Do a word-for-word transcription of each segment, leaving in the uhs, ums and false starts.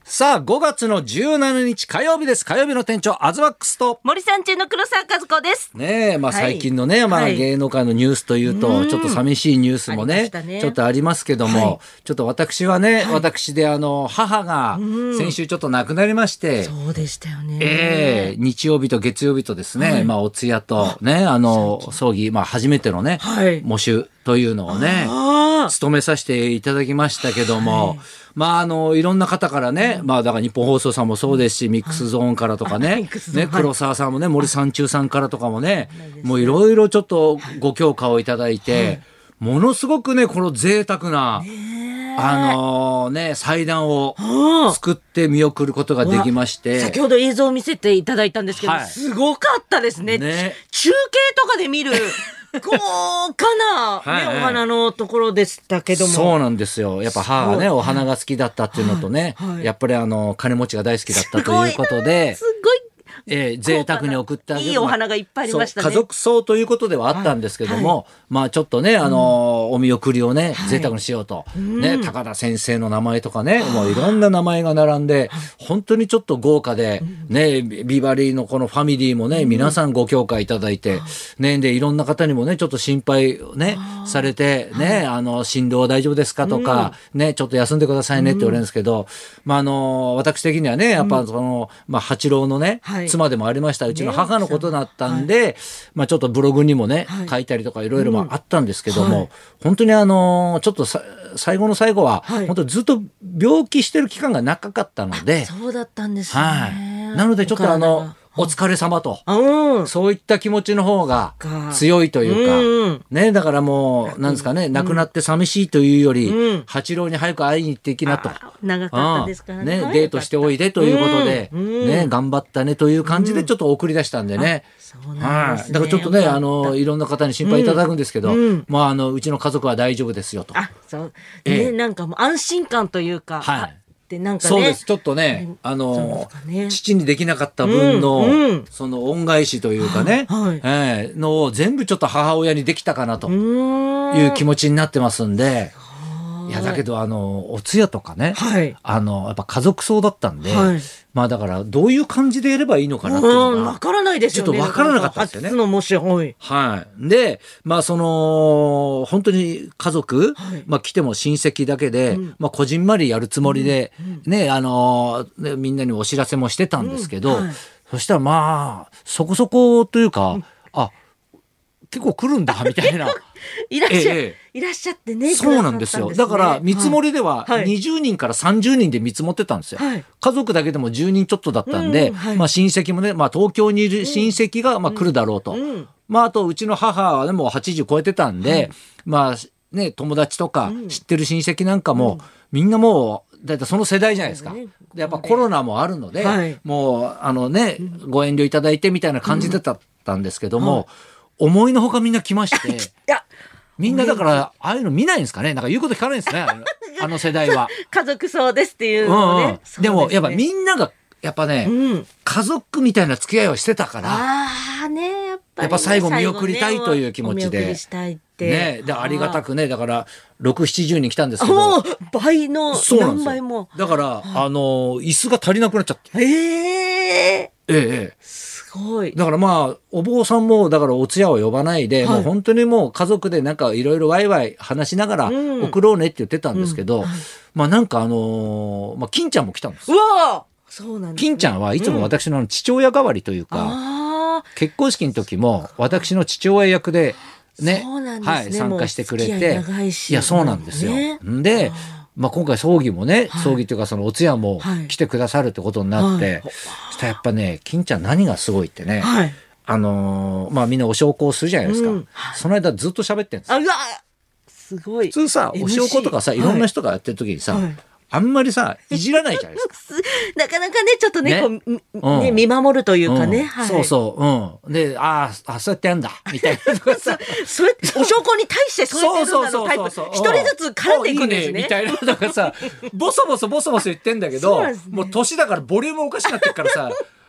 さあごがつのじゅうしちにち火曜日です。火曜日の店長アズワックスと森さん中の黒沢和子ですねえ、まあ、最近のね、はい、まあ、芸能界のニュースというと、はい、ちょっと寂しいニュースも ね, ねちょっとありますけども、はい、ちょっと私はね、はい、私であの母が先週ちょっと亡くなりまして、 そうでしたよね、 えー、日曜日と月曜日とですね、はい、まあ、お通夜とねあの葬儀、まあ、初めてのね、はい、喪主というのをね務めさせていただきましたけども、はい、まあ、あのいろんな方からね、まあ、だから日本放送さんもそうですし、ミックスゾーンからとかね、ね、黒沢さんもね、森三中さんからとかもね、もういろいろちょっとご評価をいただいて、ものすごくねこの贅沢なあのね祭壇を作って見送ることができまして、 先ほど映像を見せていただいたんですけど、はい、すごかったです ね, ね中継とかで見る豪華な、ねはいはい、お花のところでしたけども、 そうなんですよ。やっぱ母がねお花が好きだったっていうのとね、はいはい、やっぱりあの金持ちが大好きだったということで、 すごいえー、贅沢に送ってあげるいいお花がいっぱいありましたね。 家族葬ということではあったんですけども、はいはい、まあちょっとね、あのーうん、お見送りをね、はい、贅沢にしようと、ね、うん、高田先生の名前とかね、もういろんな名前が並んで、本当にちょっと豪華で、ね、ビバリーのこのファミリーもね、皆さんご評価いただいて、ね、でいろんな方にもねちょっと心配ねされてね、あの心労は大丈夫ですかとか、うん、ね、ちょっと休んでくださいねって言われるんですけど、うん、まああの私的にはねやっぱその、まあ、八郎のね、はい、妻でもありましたうちの母のことだったんで、はい、まあ、ちょっとブログにもね、はい、書いたりとかいろいろあったんですけども、うんはい、本当にあのちょっとさ最後の最後は、はい、本当ずっと病気してる期間が長かったので、 そうだったんですね、 はい、なのでちょっとあのお疲れ様と、うん、そういった気持ちの方が強いというか、うんね、だからもうなんですかね、うん、亡くなって寂しいというより、うん、八郎に早く会いに行ってきなと、 長かったですからね、 ね、デートしておいでということで、うんね、頑張ったねという感じでちょっと送り出したんでね、 うん、そうなんですね、 だからちょっとねあのいろんな方に心配いただくんですけど、うん、まあ、あのうちの家族は大丈夫ですよと、 あそう、ね、えー、なんかもう安心感というか、はい、でなんかね、 そうです、ちょっとね、あの、ね、父にできなかった分の、うんうん、その恩返しというかね、はいはい、えー、のを全部ちょっと母親にできたかなという気持ちになってますんで、いやだけどあのお通夜とかね、はい、あのやっぱ家族葬だったんで、はい、まあだからどういう感じでやればいいのかなっていうのが分からないですよね。 ちょっと分からなかったんですよね。 初のもし、はい、 はい、でまあその本当に家族、はい、まあ来ても親戚だけで、うん、まあこじんまりやるつもりで、うんうん、ねあのねみんなにお知らせもしてたんですけど、うんはい、そしたらまあそこそこというか、うん、あ結構来るんだみたいな。 いらっしゃ、ええ、いらっしゃってね。 そうなんですよ。だから見積もりではにじゅうにんからさんじゅうにんで見積もってたんですよ。はい、家族だけでもじゅうにんちょっとだったんで、うんはい、まあ親戚もね、まあ東京にいる親戚がまあ来るだろうと。うんうん、まああとうちの母はでもはちじゅう超えてたんで、はい、まあね友達とか知ってる親戚なんかも、うん、みんなもうだいたいその世代じゃないですか。でやっぱコロナもあるので、はい、もうあのねご遠慮いただいてみたいな感じだったんですけども。うんはい思いのほかみんな来ましていやみんなだからああいうの見ないんですかね、なんか言うこと聞かないんですねあの世代は家族そうですっていうのをね、うんうん、 でもやっぱみんながやっぱね、うん、家族みたいな付き合いをしてたからあ、ね、やっぱりね、 やっぱ最後見送りたいという気持ちで、 ね、お見送りしたいってね、でありがたくねだからろくじゅうななじゅうにん来たんですけど倍の何倍もだからあの椅子が足りなくなっちゃってえー、 ええすごい。 だからまあお坊さんもだからお通夜を呼ばないで、はい、もう本当にもう家族でなんかいろいろワイワイ話しながら送ろうねって言ってたんですけど、うんうんはい、まあなんかあのー、まあ金ちゃんも来たんです。 うわそうなんですね。 金ちゃんはいつも私の父親代わりというか、うん、結婚式の時も私の父親役でね、ねはい、参加してくれていやそうなんですよ。ね、でまあ、今回葬儀もね、はい、葬儀というかそのお通夜も来てくださるってことになって、はい、そしたらやっぱね金ちゃん何がすごいってね、はい、あのー、まあみんなお焼香するじゃないですか、うんはい、その間ずっと喋ってるんですよ。 あうわすごい普通さ エムシー お焼香とかさいろんな人がやってる時にさ、はいはいあんまりさいじらないじゃないですかなかなかねちょっとね、ねこうね、うん、見守るというかね、うんはい、 そうそう、うん、でああそうやってやんだみたいなとかさそれお証拠に対してそうやってやるんだのタイプ一人ずつ絡んでいくんですねいいねみたいなとかさボソボソボソボソ言ってんだけど、ね、もう年だからボリュームおかしくなってるからさ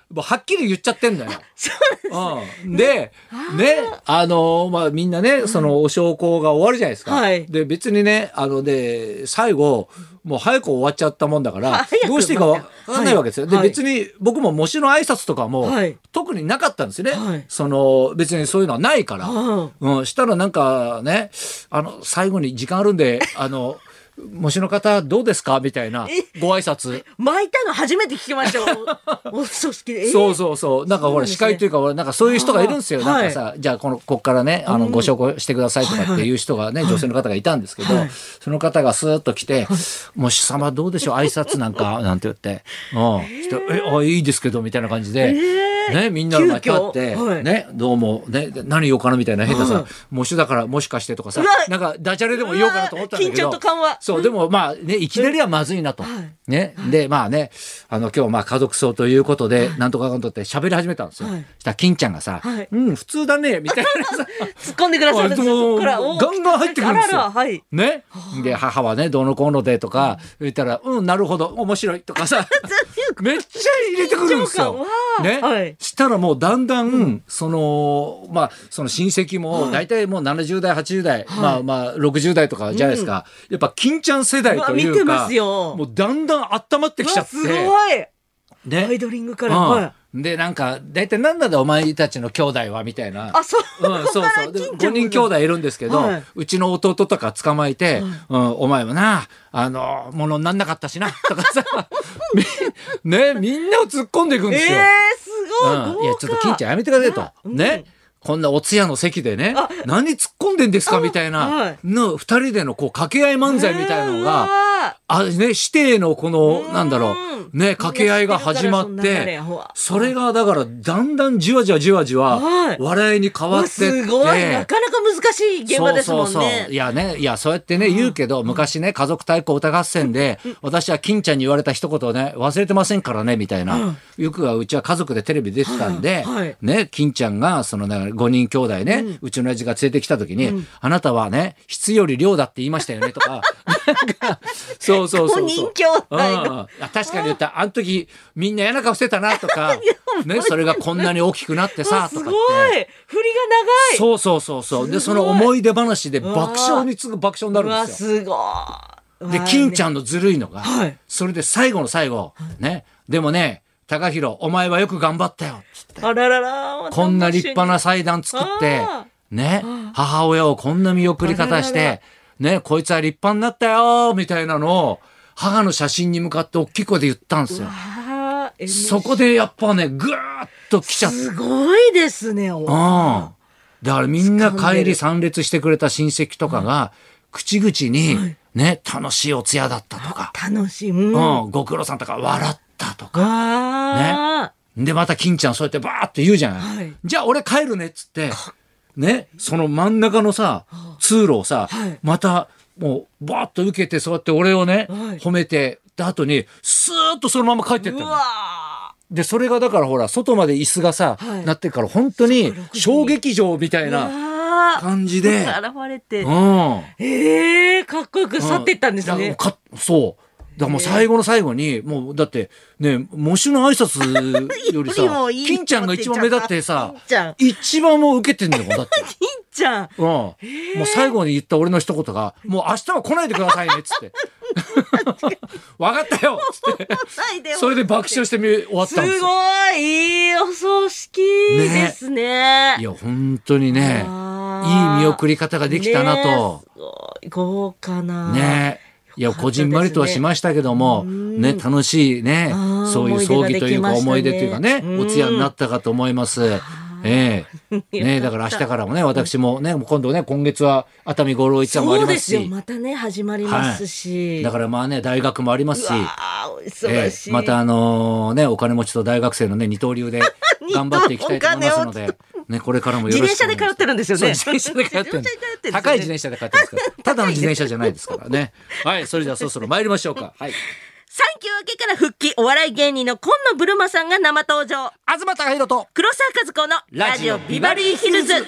もうはっきり言っちゃってんだよ。 そううん、でねあのまあみんなねそのお焼香が終わるじゃないですか。 はい、で別にねあので最後もう早く終わっちゃったもんだからどうしていいか分かんないわけですよ。はい、で別に僕も模試の挨拶とかも、はい、特になかったんですよね。はい、その別にそういうのはないから。うん、したらなんかねあの最後に時間あるんであの模試の方どうですかみたいなご挨拶巻いたの初めて聞きましたお葬式で、えー、 そうそうそうなんかほら司会というかなんかそういう人がいるんですよ。なんかさ、はい、じゃあこのこっからねあのご紹介してくださいとかっていう人がね、はいはい、女性の方がいたんですけど、はい、その方がスーッと来て「模試様どうでしょう挨拶なんか」なんて言って「うんえあいいですけど」みたいな感じで。えーね、みんなの前に立って、はい、ね、どうも、ね、何言おうかなみたいな変なさ、模試だからもしかしてとかさ、なんかダジャレでも言おうかなと思ったんだけど、 緊張と緩和。 そう、でもまあね、いきなりはまずいなと。はい、ね、で、まあね、あの、今日まあ家族葬ということで、はい、なんとかかんとって喋り始めたんですよ。はい、したら金ちゃんがさ、はい、うん、普通だね、みたいなさ、 突っ込んでくださるんですよ。 ガンガン入ってくるんですよ。はい、ね。で、母はね、どうのこうのでとか、言ったら、うん、なるほど、面白いとかさ、めっちゃ入れてくるんですよ。ね。はい、したらもうだんだん、うん、そのまあその親戚も大体もうななじゅう代はちじゅう代、はい、まあまあろくじゅう代とかじゃないですか、うん、やっぱ金ちゃん世代というかもうだんだん温まってきちゃって、 すごい、ね、アイドリングから、 うんはい、でなんか大体なんだでお前たちの兄弟はみたいな、 あそう、 うん、そうそうでごにん兄弟いるんですけど、はい、うちの弟とか捕まえて、はい、うん、お前もなあのものになんなかったしなとかさねみんなを突っ込んでいくんですよ。 えーうん、いやちょっと金ちゃんやめてくださいと、うん、ねこんなお通夜の席でね何突っ込んでんですかみたいなのふたりでのこう掛け合い漫才みたいなのがあね指定のこのなんだろうね掛け合いが始まってそれがだからだんだんじわじわじわじわ笑いに変わってってすごいなかなか難しい現場ですもんね。そうそうそういやねいやそうやってね言うけど昔ね家族対抗歌合戦で私は金ちゃんに言われた一言をね忘れてませんからねみたいなよくはうちは家族でテレビ出てたんでね金ちゃんがそのねごにん兄弟ね、うん、うちの親父が連れてきた時に、うん、あなたはね質より量だって言いましたよねとかそうそうそうそうごにん兄弟が、うん、確かに言ったあの時みんな嫌な顔してたなとかねそれがこんなに大きくなってさとかってすごい振りが長いそうそうそうそうでその思い出話で爆笑に次ぐ爆笑になるんですよ。 すごいで金ちゃんのずるいのが、はい、それで最後の最後、はい、ねでもね高弘お前はよく頑張ったよつってあらららこんな立派な祭壇作ってね母親をこんな見送り方してねこいつは立派になったよみたいなのを母の写真に向かって大きい声で言ったんですよ。そこでやっぱねぐーっと来ちゃってすごいですね。うん、 だからみんな帰り参列してくれた親戚とかが口々にね楽しいお通夜だったとか楽しい、うんうん、ご苦労さんとか笑ったとかねでまた金ちゃんそうやってバーって言うじゃない、はい、じゃあ俺帰るねっつってねその真ん中のさ通路をさ、はい、またもうバーッと受けてそうやって俺をね、はい、褒めてた後にスーッとそのまま帰ってったの。でそれがだからほら外まで椅子がさ、はい、なってるから本当に小劇場みたいな感じで現れて、うん、えー、かっこよく去っていったんですね。 うん、かそうだからもう最後の最後にもうだってね模試の挨拶よりさ金ちゃんが一番目立ってさ一番もう受けてんだよだって金ちゃん、 うん、もう最後に言った俺の一言がもう明日は来ないでくださいねっつって分かったよっつってそれで爆笑して終わったんですよ。 すごいいいお葬式ですね。 いや本当にねいい見送り方ができたなと、 ね、すごい豪華なねいやこじんまりとはしましたけども、ね、楽しいねそういう葬儀というか思い出というかねお通夜になったかと思います。ええね、だから明日からもね私もね今度ね今月は熱海五郎一座もありますしそうですよまたね始まりますし、 はい、だからまあね大学もありますし、 ええ、 またあのー、ねお金持ちと大学生のね二刀流で頑張っていきたいと思いますので。ね、これからもよろしくお願いします。 自転車で通ってるんですよね。 自転車で通ってるんです。高い自転車で通ってるんですから。ただの自転車じゃないですからね。はい、それではそろそろ参りましょうか。はい。 さんきゅう明けから復帰お笑い芸人の今野ブルマさんが生登場。 東貴博と黒沢和子のラジオビバリーヒルズ。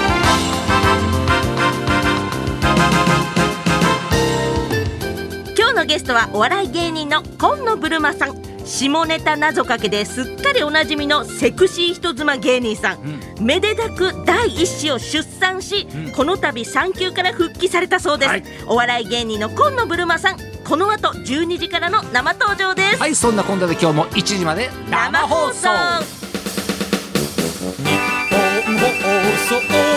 今日のゲストはお笑い芸人の紺野ぶるまさん、下ネタ謎かけですっかりおなじみのセクシー人妻芸人さん、うん、めでたく第一子を出産し、うん、この度産休から復帰されたそうです、はい、お笑い芸人の紺野ぶるまさん、この後じゅうにじからの生登場です。 はい、そんな今度で今日もいちじまで生放送、日本放送